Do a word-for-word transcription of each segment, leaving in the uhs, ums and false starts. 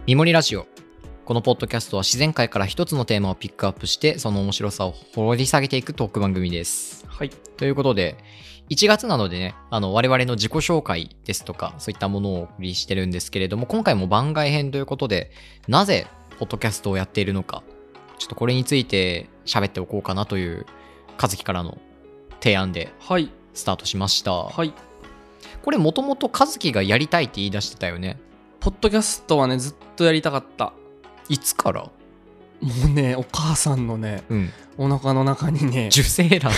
みもりラジオ。このポッドキャストは自然界から一つのテーマをピックアップしてその面白さを掘り下げていくトーク番組です。 はい。 ということでいちがつなのでね、あの我々の自己紹介ですとかそういったものをお送りしてるんですけれども、今回も番外編ということで、なぜポッドキャストをやっているのか、ちょっとこれについて喋っておこうかなという和樹からの提案ではい。 スタートしました。 はい。 これもともと和樹がやりたいって言い出してたよね。 ポッドキャストはね、ずっとやりたかった。 いつから？ もうね、お母さんのね、 うん、 お腹の中にね、 受精卵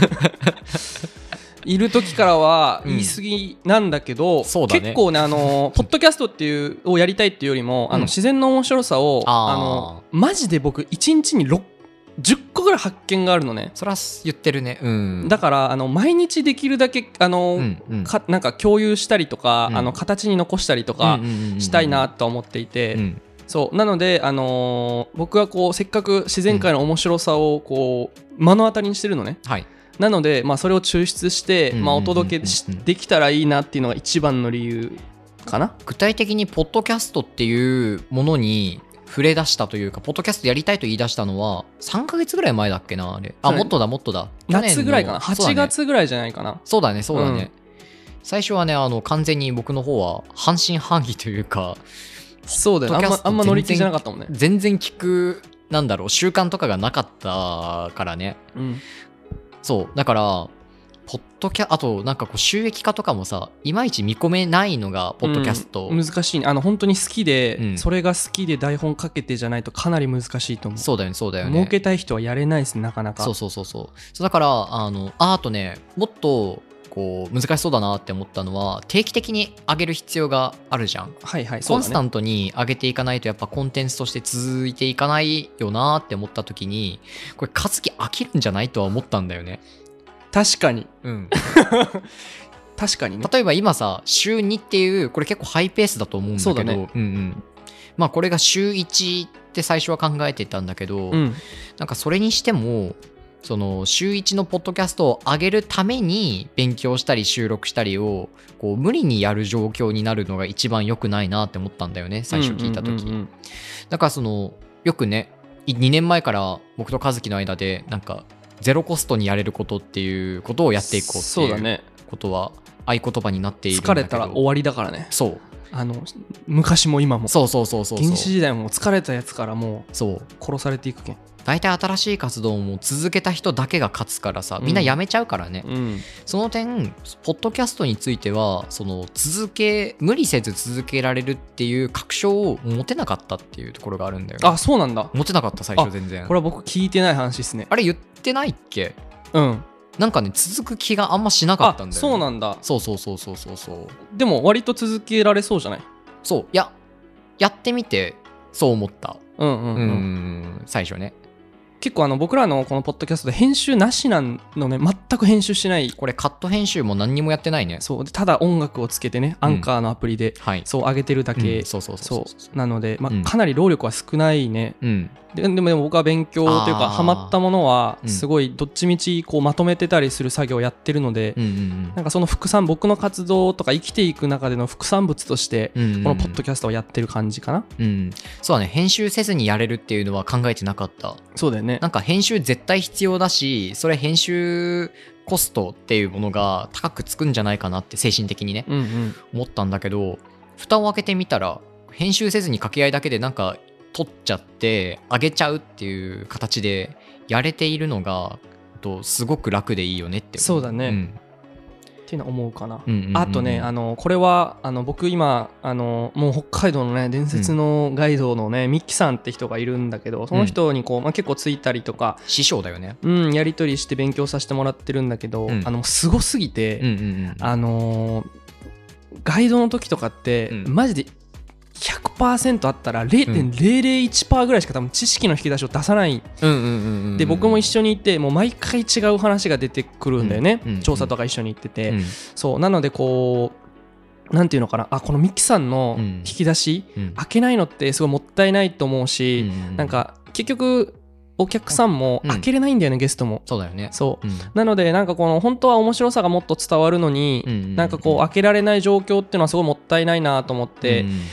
いる時からは言い過ぎなんだけど、 うんそうだね、 結構ね、あのポッドキャストっていうをやりたいっていうよりも、うん、あの自然の面白さをああのマジで僕いちにちにじゅっこぐらい発見があるのね。 そら言ってるね、うん、 だからあの毎日できるだけあの、うんうん、かなんか共有したりとか、うん、あの形に残したりとかしたいなと思っていて、うん、そうなので、あのー、僕はこうせっかく自然界の面白さをこう目の当たりにしてるのね、はい、なので、まあ、それを抽出して、まあ、お届けできたらいいなっていうのが一番の理由かな。 具体的にポッドキャストっていうものに触れ出したというか、ポッドキャストやりたいと言い出したのはさんかげつぐらい前だっけな、あれ。あ、もっとだもっとだ。 夏ぐらいかな。はちがつぐらいじゃないかな。 そうだね、そうだね。うん、最初はね、あの完全に僕の方は半信半疑というか、 そうだよね。あんま、あんま乗り気じゃなかったもんね。 全然聞く、なんだろう、習慣とかがなかったからね。うん、そうだからポッドキャあとなんかこう収益化とかもさ、いまいち見込めないのがポッドキャスト、 うん、難しいね。あの本当に好きで、うん、それが好きで台本かけてじゃないとかなり難しいと思う。 そうだよね、そうだよね。 儲けたい人はやれないですね、なかなか。 そうそうそうそう。だからあのあとね、もっとこう難しそうだなって思ったのは、定期的に上げる必要があるじゃん。 はいはい、そうだね。 コンスタントに上げていかないとやっぱコンテンツとして続いていかないよなって思った時に、これ和樹飽きるんじゃないとは思ったんだよね。 確かに、 うん、 確かにね。 例えば今さ週にっていうこれ結構ハイペースだと思うんだけど、そうだね、うんうん、まあこれが週いちって最初は考えてたんだけど、うん、なんかそれにしてもその週いちのポッドキャストを上げるために勉強したり収録したりをこう無理にやる状況になるのが一番良くないなって思ったんだよね、最初聞いた時、うんうんうんうん、だからそのよくねにねんまえから僕と和樹の間でなんかゼロコストにやれることっていうことをやっていこうっていうことは合言葉になっているんだけど、 疲れたら終わりだからね。 そう、 あの昔も今もそうそうそうそうそう、 原始時代も疲れたやつからもう殺されていくけん。 大体新しい活動も続けた人だけが勝つからさ、みんなやめちゃうからね、うんうん、その点ポッドキャストについてはその続け無理せず続けられるっていう確証を持てなかったっていうところがあるんだよね。 あ、そうなんだ。 持てなかった、最初全然。 これは僕聞いてない話ですね。 あれ言ってないっけ？ うん、 なんかね続く気があんましなかったんだよね。 あ、そうなんだ。 そうそうそうそうそうそう。 でも割と続けられそうじゃない？ そう、いややってみてそう思った。 うんうんうん、うんうん最初ね。 結構あの僕らのこのポッドキャストで編集なしなのね。全く編集しない。 これカット編集も何にもやってないね。 そう、ただ音楽をつけてね、アンカーのアプリで、うん、そう上げてるだけ、 うん、そうそうそうそうそうなので、まあ、かなり労力は少ないね、うん、で, でもでも僕は勉強というかハマったものはすごいどっちみちこうまとめてたりする作業をやってるので、うんうんうん、なんかその副産僕の活動とか生きていく中での副産物としてこのポッドキャストをやってる感じかな、 うんうん、そうだね。編集せずにやれるっていうのは考えてなかった。 そうだよね。 なんか編集絶対必要だし、それ編集コストっていうものが高くつくんじゃないかなって精神的にね、うんうん、思ったんだけど、蓋を開けてみたら編集せずに掛け合いだけでなんか取っちゃって上げちゃうっていう形でやれているのがとすごく楽でいいよねって。 そうだね、うん、っていうのは思うかな、 うんうんうんうん、 あとね、あのこれはあの僕今あのもう北海道のね伝説のガイドのね、うん、ミッキさんって人がいるんだけど、その人にこう、まあ、結構ついたりとか師匠だよね、 うん、やり取りして勉強させてもらってるんだけど、うん、あのすごすぎて、うんうんうん、あのガイドの時とかって、うん、マジでひゃくパーセント あったら ゼロてんゼロゼロいちパーセント ぐらいしか多分知識の引き出しを出さない、うんうんうんうん、で僕も一緒にいてもう毎回違う話が出てくるんだよね、うんうんうん、調査とか一緒に行ってて、うん、そうなのでこうなんていうのかな、あこのミキさんの引き出し、うん、開けないのってすごいもったいないと思うし、うんうん、なんか結局お客さんも開けれないんだよね、うん、ゲストも。 そうだよね。 そう、 うん、 なのでなんかこの本当は面白さがもっと伝わるのに、うんうんうん、なんかこう開けられない状況っていうのはすごいもったいないなと思って、うんうん、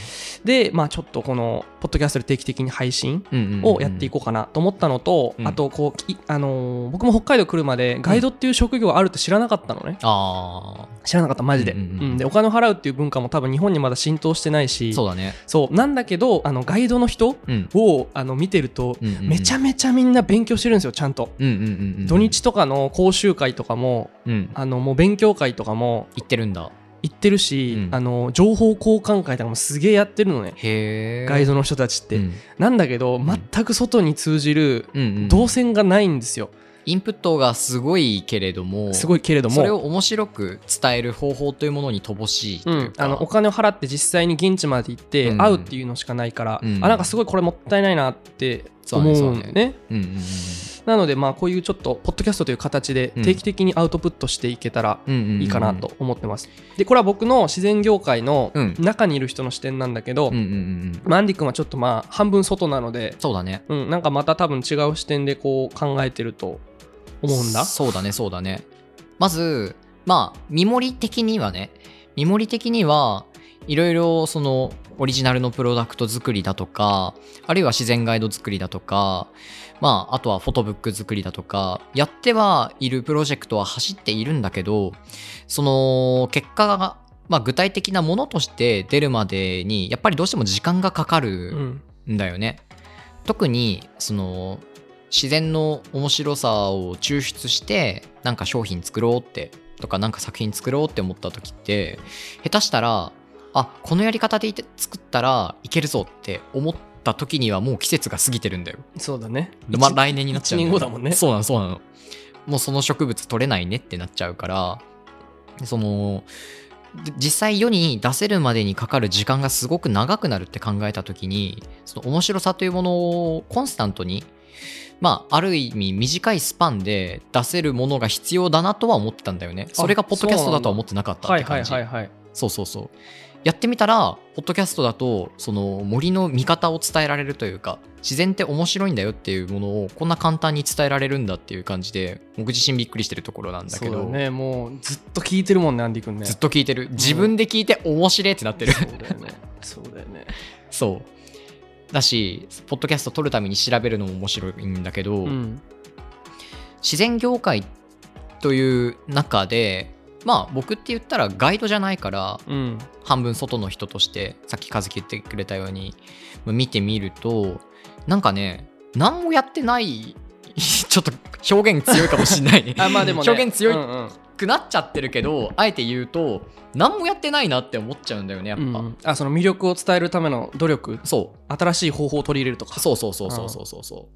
で、まあ、ちょっとこのポッドキャストで定期的に配信をやっていこうかなと思ったのと、うんうんうん、あとこう、あのー、僕も北海道来るまでガイドっていう職業があるって知らなかったのね、うん、あ知らなかったマジで、うんうんうんうん、でお金を払うっていう文化も多分日本にまだ浸透してないし、 そうだね、 そうなんだけど、あのガイドの人を、うん、あの見てると、うんうんうん、めちゃめちゃみんな勉強してるんですよ、ちゃんと、うんうんうんうん、土日とかの講習会とかも、うん、あのもう勉強会とかも行ってるんだ行ってるし、うん、あの情報交換会とかもすげえやってるのね、へガイドの人たちって、うん、なんだけど全く外に通じる動線がないんですよ、うんうんうん、 インプットがすごいけれどもすごいけれどもそれを面白く伝える方法というものに乏しいというか、 うん、あのお金を払って実際に現地まで行って会うっていうのしかないから、うん、あなんかすごいこれもったいないなって思うんね、ね、うんうんうん、なのでまあこういうちょっとポッドキャストという形で定期的にアウトプットしていけたらいいかなと思ってます。でこれは僕の自然業界の中にいる人の視点なんだけど、うんうんうんうん、アンディ君はちょっとまあ半分外なので、 そうだね、 うん、なんかまた多分違う視点でこう考えてると思うんだ。 そうだねそうだね。まずまあ見守り的にはね見守り的にはいろいろそのオリジナルのプロダクト作りだとか、あるいは自然ガイド作りだとか、まああとはフォトブック作りだとかやってはいるプロジェクトは走っているんだけど、その結果がまあ具体的なものとして出るまでにやっぱりどうしても時間がかかるんだよね、うん、特にその自然の面白さを抽出してなんか商品作ろうってとかなんか作品作ろうって思った時って下手したらあこのやり方で作ったらいけるぞって思った時にはもう季節が過ぎてるんだよ。 そうだね、 まあ、来年になっちゃう、 いちねんごだもんね。 そうなのそうなのもうその植物取れないねってなっちゃうから、その実際世に出せるまでにかかる時間がすごく長くなるって考えた時に、その面白さというものをコンスタントにまあある意味短いスパンで出せるものが必要だなとは思ってたんだよね。それがポッドキャストだとは思ってなかったって感じ。はいはいはいはい。そうそうそう。やってみたらポッドキャストだとその森の見方を伝えられるというか、自然って面白いんだよっていうものをこんな簡単に伝えられるんだっていう感じで僕自身びっくりしてるところなんだけど。 そうだね、もうずっと聞いてるもんねアンディ君ね。 ずっと聞いてる。自分で聞いて面白いってなってる。 そうだよねそうだよねそうだし、ポッドキャスト撮るために調べるのも面白いんだけど、うん、自然業界という中でまあ僕って言ったらガイドじゃないから、うん、半分外の人としてさっき和樹言ってくれたように見てみるとなんかね何もやってないちょっと表現強いかもしれないねあ、まあでもね表現強くなっちゃってるけど、うんうん、あえて言うと何もやってないなって思っちゃうんだよねやっぱ、うん、 あその魅力を伝えるための努力、そう新しい方法を取り入れるとか、 そうそうそうそうそうそうそう、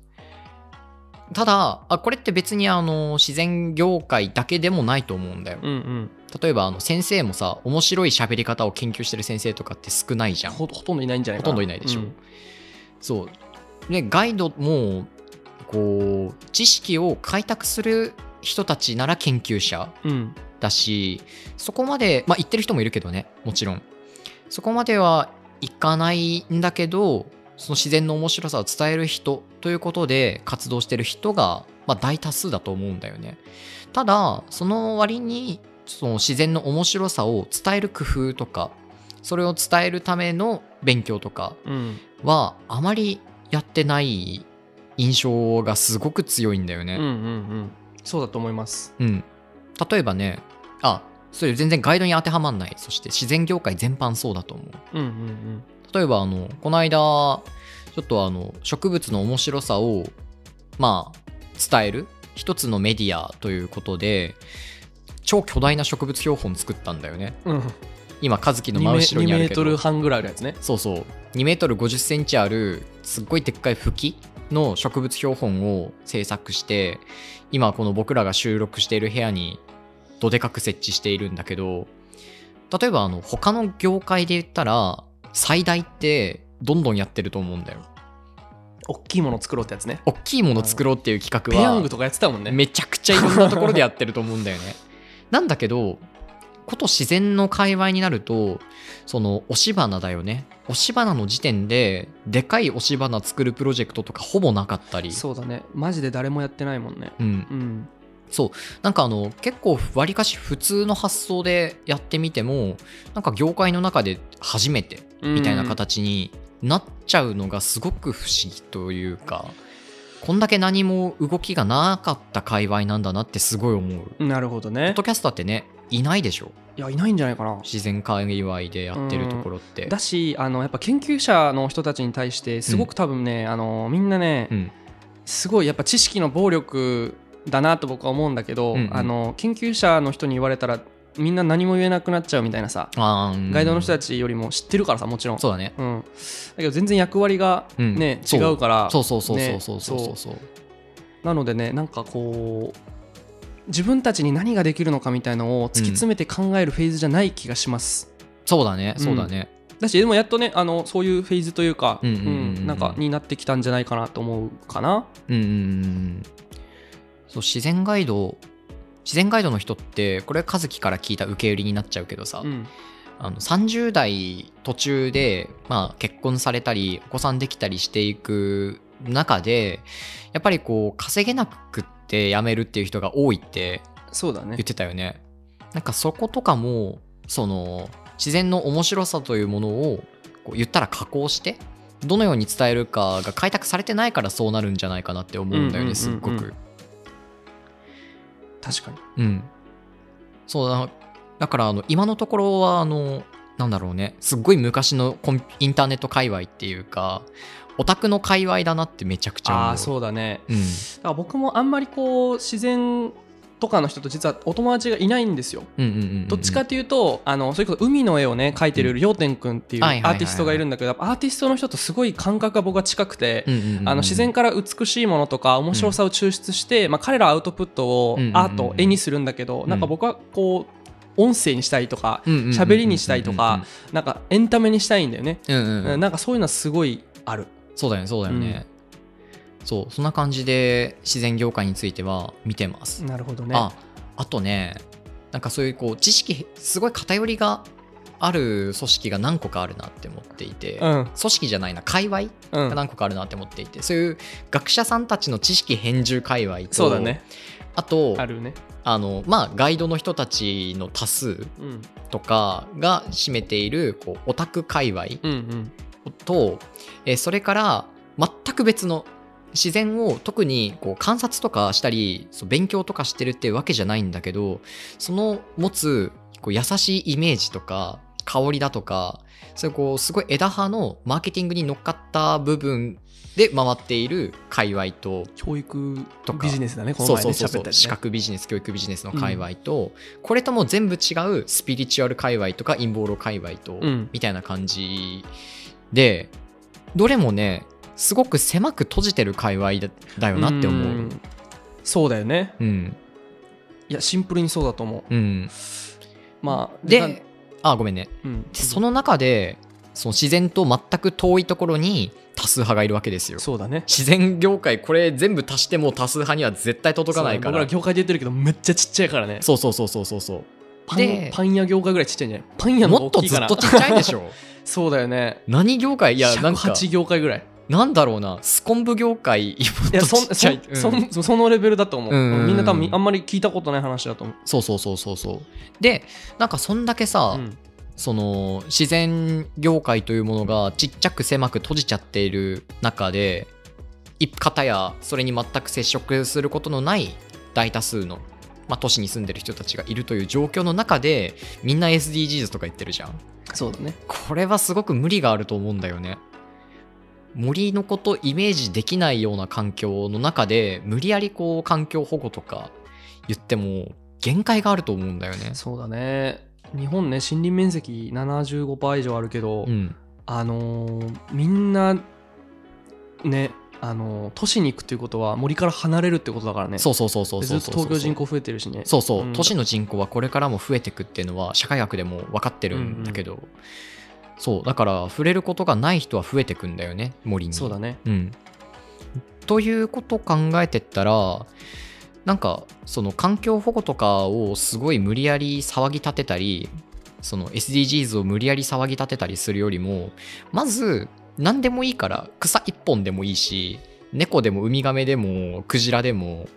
ただあこれって別にあの自然業界だけでもないと思うんだよ、うんうん、例えばあの先生もさ面白い喋り方を研究してる先生とかって少ないじゃん。 ほ, ほとんどいないんじゃないかな。 ほとんどいないでしょ、うん、そうでガイドもこう知識を開拓する人たちなら研究者だし、うん、そこまでまあ言ってる人もいるけどね、もちろんそこまではいかないんだけど、その自然の面白さを伝える人ということで活動してる人が、まあ、大多数だと思うんだよね。ただその割にその自然の面白さを伝える工夫とかそれを伝えるための勉強とかはあまりやってない印象がすごく強いんだよね、うんうんうん、 そうだと思います、 うん、例えばねあそれ全然ガイドに当てはまんない、そして自然業界全般そうだと思う、うんうんうん、例えばあのこの間ちょっとあの植物の面白さをまあ伝える一つのメディアということで超巨大な植物標本作ったんだよね、うん、今和樹の真後ろにあるけどにメートルはんぐらいあるやつね。 そうそうにメートルごじゅっセンチあるすっごいでっかい吹きの植物標本を制作して今この僕らが収録している部屋にどでかく設置しているんだけど、例えばあの他の業界で言ったら最大ってどんどんやってると思うんだよ。 大きいもの作ろうってやつね。 大きいもの作ろうっていう企画はペヤングとかやってたもんね。 めちゃくちゃいろんなところでやってると思うんだよねなんだけどこと自然の界隈になるとその押し花だよね。押し花の時点ででかい押し花作るプロジェクトとかほぼなかったり。 そうだね、マジで誰もやってないもんね。うん、うん、 そうなんかあの結構わりかし普通の発想でやってみてもなんか業界の中で初めてみたいな形になっちゃうのがすごく不思議というか、こんだけ何も動きがなかった界隈なんだなってすごい思う。 なるほどね。 ポッドキャスターってねいないでしょ。 いやいないんじゃないかな、 自然界隈でやってるところって、うん、 だしあのやっぱ研究者の人たちに対してすごく多分ね、うん、あのみんなね、うん、すごいやっぱ知識の暴力だなと僕は思うんだけど、うんうん、あの研究者の人に言われたらみんな何も言えなくなっちゃうみたいなさ、あ、うん、ガイドの人たちよりも知ってるからさ、もちろんそうだね、 うん、だけど全然役割がね、うん、違うからそうそうそうそうそうそうそうそう、ね、 なのでねなんかこう自分たちに何ができるのかみたいのを突き詰めて考えるフェーズじゃない気がします、 うん、そうだねそうだね、 うん、だしでもやっとねあのそういうフェーズというかなんかになってきたんじゃないかなと思うかな。 うんうんうん、そう自然ガイド自然ガイドの人ってこれ和樹から聞いた受け売りになっちゃうけどさ、うん、あのさんじゅう代途中で、まあ、結婚されたりお子さんできたりしていく中でやっぱりこう稼げなくって辞めるっていう人が多いって言ってたよね。なんかそことかもその自然の面白さというものをこう言ったら加工してどのように伝えるかが開拓されてないからそうなるんじゃないかなって思うんだよね、すっごく。 確かに。 うん。そうだ。だからあの今のところはあのなんだろうね、すっごい昔のコンインターネット界隈っていうかオタクの界隈だなってめちゃくちゃ思う。 ああそうだね、 うん、だから僕もあんまりこう自然とかの人と実はお友達がいないんですよ。どっちかというとあのそれこそ海の絵をね描いてるりょうてんくんっていうアーティストがいるんだけど、アーティストの人とすごい感覚が僕は近くて、あの自然から美しいものとか面白さを抽出して、うんまあ、彼らアウトプットをアート、絵にするんだけど、なんか僕はこう音声にしたいとか喋りにしたいとかなんかエンタメにしたいんだよね、うんうんうん、なんかそういうのはすごいある。 そうだよねそうだよね、うん、そうそんな感じで自然業界については見てます。 なるほどね。 ああとねなんかそういうこう知識すごい偏りがある組織が何個かあるなって思っていて、うん、組織じゃないな界隈が何個かあるなって思っていて、うん、そういう学者さんたちの知識編集界隈とそうだねあとあるねあのまあガイドの人たちの多数とかが占めているこうオタク界隈と、うんうんえそれから全く別の自然を特にこう観察とかしたりそう勉強とかしてるっていうわけじゃないんだけど、その持つこう優しいイメージとか香りだとかそういうこうすごい枝葉のマーケティングに乗っかった部分で回っている界隈と教育とかビジネスだねこの前ね喋ったりね、資格ビジネス教育ビジネスの界隈と、うん、これとも全部違うスピリチュアル界隈とか陰謀論界隈と、うん、みたいな感じでどれもねすごく狭く閉じてる界隈 だ, だよなって思う。うん、 そうだよね、 うん、 いやシンプルにそうだと思う、うん、まあであごめんね、うん、でその中でその自然と全く遠いところに多数派がいるわけですよ。 そうだね自然業界これ全部足しても多数派には絶対届かないから。 僕ら業界で言ってるけどめっちゃちっちゃいからね。 そうそうそうそうそうそうパン、パン屋業界ぐらいちっちゃいんじゃない？パン屋の方が大きいかな。 もっとずっとちっちゃいでしょそうだよね。 何業界いやなんかひゃくはち業界ぐらいなんだろうなスコンブ業界いやそ, そ, そ, そ, そのレベルだと思う、うんうん、みんな多分あんまり聞いたことない話だと思う。 そうそうそうそうそうでなんかそんだけさ、うん、その自然業界というものがちっちゃく狭く閉じちゃっている中で片やそれに全く接触することのない大多数の、まあ、都市に住んでる人たちがいるという状況の中でみんな エスディージーズ とか言ってるじゃん。 そうだね。 これはすごく無理があると思うんだよね。森のことイメージできないような環境の中で無理やりこう環境保護とか言っても限界があると思うんだよね。 そうだね。日本ね森林面積 ななじゅうごパーセント 以上あるけど、うん、あのー、みんなねあのー、都市に行くっていうことは森から離れるってことだからね。 そうそうそうそうそうずっと東京人口増えてるしね。 そうそう、うん、都市の人口はこれからも増えてくっていうのは社会学でも分かってるんだけど、うんうん、そうだから触れることがない人は増えてくんだよね森に。 そうだね、 うん、ということを考えてったらなんかその環境保護とかをすごい無理やり騒ぎ立てたりその エスディージーズ を無理やり騒ぎ立てたりするよりもまず何でもいいから草一本でもいいし猫でもウミガメでもクジラでも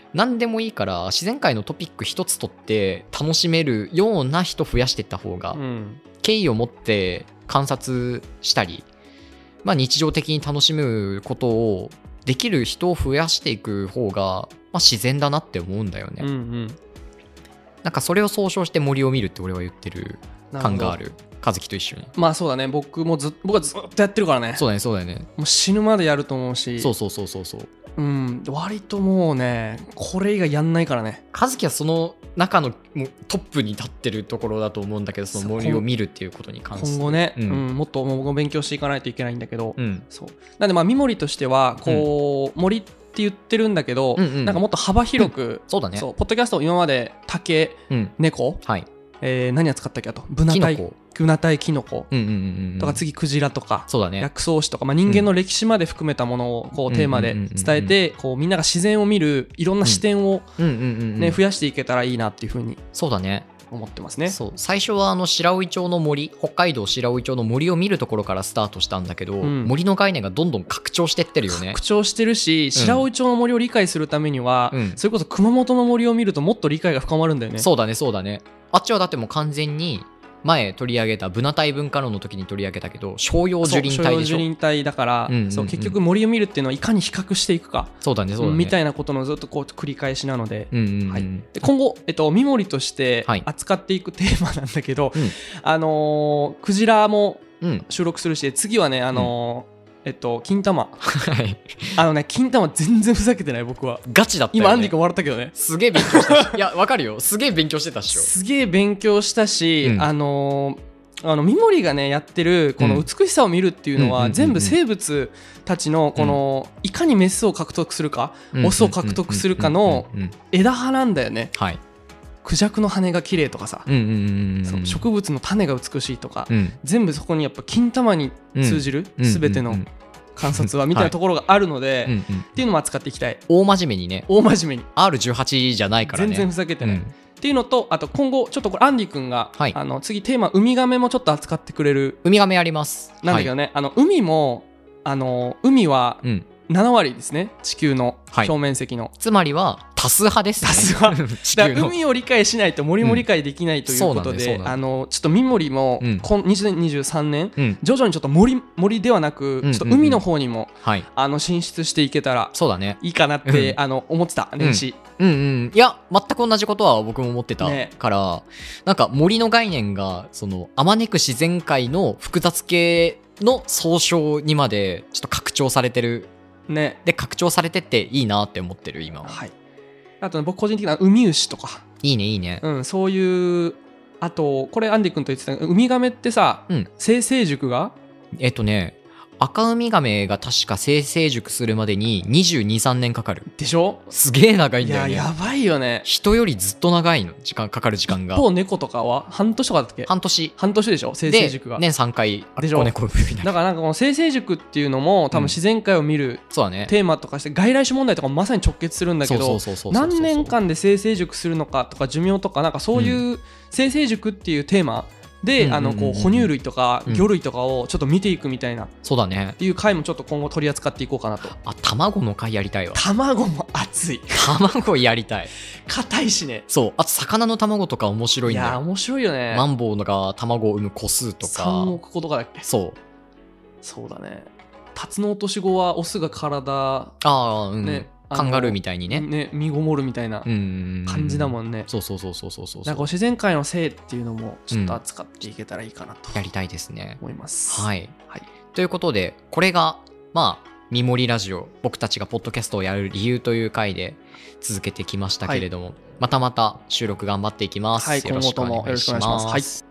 何でもいいから自然界のトピック一つ取って楽しめるような人増やしていった方が、うん、敬意を持って観察したり、まあ、日常的に楽しむことをできる人を増やしていく方が、まあ、自然だなって思うんだよね、うんうん、なんかそれを総称して森を見るって俺は言ってる感がある。和樹と一緒に。 まあそうだね、僕もず僕はずっとやってるからね。 そうだねそうだね。 もう死ぬまでやると思うし。 そうそうそうそうそう。 うん、割ともうねこれ以外やんないからね。 和樹はその中のもうトップに立ってるところだと思うんだけど、その森を見るっていうことに関して今後ね、うんうん、もっともう勉強していかないといけないんだけど、うん、そうなんでまあ三森としてはこう、うん、森って言ってるんだけど、うんうん、なんかもっと幅広く、うん、 そうだね。 そうポッドキャスト今まで竹、うん、猫、はいえー、何扱ったっけ、あとブナタイブナタイキノコとか、次クジラとか、そうだね、薬草史とか、まあ、人間の歴史まで含めたものをこうテーマで伝えて、こうみんなが自然を見るいろんな視点をね増やしていけたらいいなっていうふうにそうだね思ってますね。 そう最初はあの白老町の森、北海道白老町の森を見るところからスタートしたんだけど、うん、森の概念がどんどん拡張してってるよね。 拡張してるし、白老町の森を理解するためには、うん、それこそ熊本の森を見るともっと理解が深まるんだよね。 そうだねそうだね。あっちはだってもう完全に前取り上げたブナタイ文化論の時に取り上げたけど照葉樹林帯でしょ。照葉樹林帯だから、うんうんうん、そう結局森を見るっていうのはいかに比較していくか、 そうだねそうだねみたいなことのずっとこう繰り返しなので、うんうんうんはい、で今後、えっと、三森として扱っていくテーマなんだけど、はい、あのー、クジラも収録するし、うん、次はねあのーうんえっと、金玉はいあのね金玉全然ふざけてない。僕はガチだったよね。 今アンディ君笑ったけどね。 すげえ勉強したしいやわかるよ、すげえ勉強してたっしょ。 すげえ勉強したし、うん、あのー、あの三森がねやってるこの美しさを見るっていうのは、うん、全部生物たちのこの、うん、いかにメスを獲得するか、うん、オスを獲得するかの枝葉なんだよね。はい。クジャクの羽が綺麗とかさ、植物の種が美しいとか、うん、全部そこにやっぱ金玉に通じる、うん、全ての観察はみたいなところがあるので、はい、っていうのも扱っていきたい。 大真面目にね。 大真面目にアールじゅうはち じゃないからね。 全然ふざけてない、うん、っていうのと、あと今後ちょっとこれアンディ君が、はい、あの次テーマウミガメもちょっと扱ってくれる。 ウミガメありますなんだけどね、はい、あの海もあの海はななわりですね、地球の表面積の、はい、 つまりは多数派ですね。 多数派だから海を理解しないと森も理解できないということで、うん、あのちょっと三森も、うん、にせんにじゅうさんねん、うん、徐々にちょっと 森, 森ではなく、うん、ちょっと海の方にも、うんうんうん、あの進出していけたらいいかなって、うん、あの思ってた年始、 うんうんうん、いや全く同じことは僕も思ってたから、ね、なんか森の概念がそのあまねく自然界の複雑系の総称にまでちょっと拡張されてるね、で拡張されてっていいなって思ってる今は。はい、 あと、ね、僕個人的なウミウシとかいいねいいね、 うん、そういうあとこれアンディ君と言ってたウミガメってさ、うん、生成熟がえっとね赤ウミガメが確か生成熟するまでににじゅうに、さんねんかかるでしょ。 すげえ長いんだよね。 いややばいよね。 人よりずっと長いの時間かかる時間が。 一方猫とかは半年とかだったっけ。 半年半年でしょ生成熟が。 年さんかいでしょ。だからなんかこの生成熟っていうのも多分自然界を見る、うん、そうだね、テーマとかして外来種問題とかもまさに直結するんだけど、何年間で生成熟するのかとか寿命とかなんかそういう生成熟っていうテーマで、あのこう哺乳類とか魚類とかをちょっと見ていくみたいな、 そうだねっていう回もちょっと今後取り扱っていこうかなと。 あ、卵の回やりたいわ。 卵も熱い。 卵やりたい。 硬いしね。 そう。あと魚の卵とか面白いんだよ。 いや面白いよね。 マンボウが卵を産む個数とかさんおく個とかだっけ。 そうそうだね。タツノオトシゴはオスが体ああうんね、カンガルーみたいにねね身ごもるみたいな感じだもんね。 そうそうそうそうそうそう。 なんか自然界の性っていうのもちょっと扱っていけたらいいかなと、 うん、やりたいですね。 思います。 はい、はい、ということでこれがまあ三森ラジオ、僕たちがポッドキャストをやる理由という回で続けてきましたけれども、はい、またまた収録頑張っていきます。 はい、よろしくお願いします。今後ともよろしくお願いします。はい。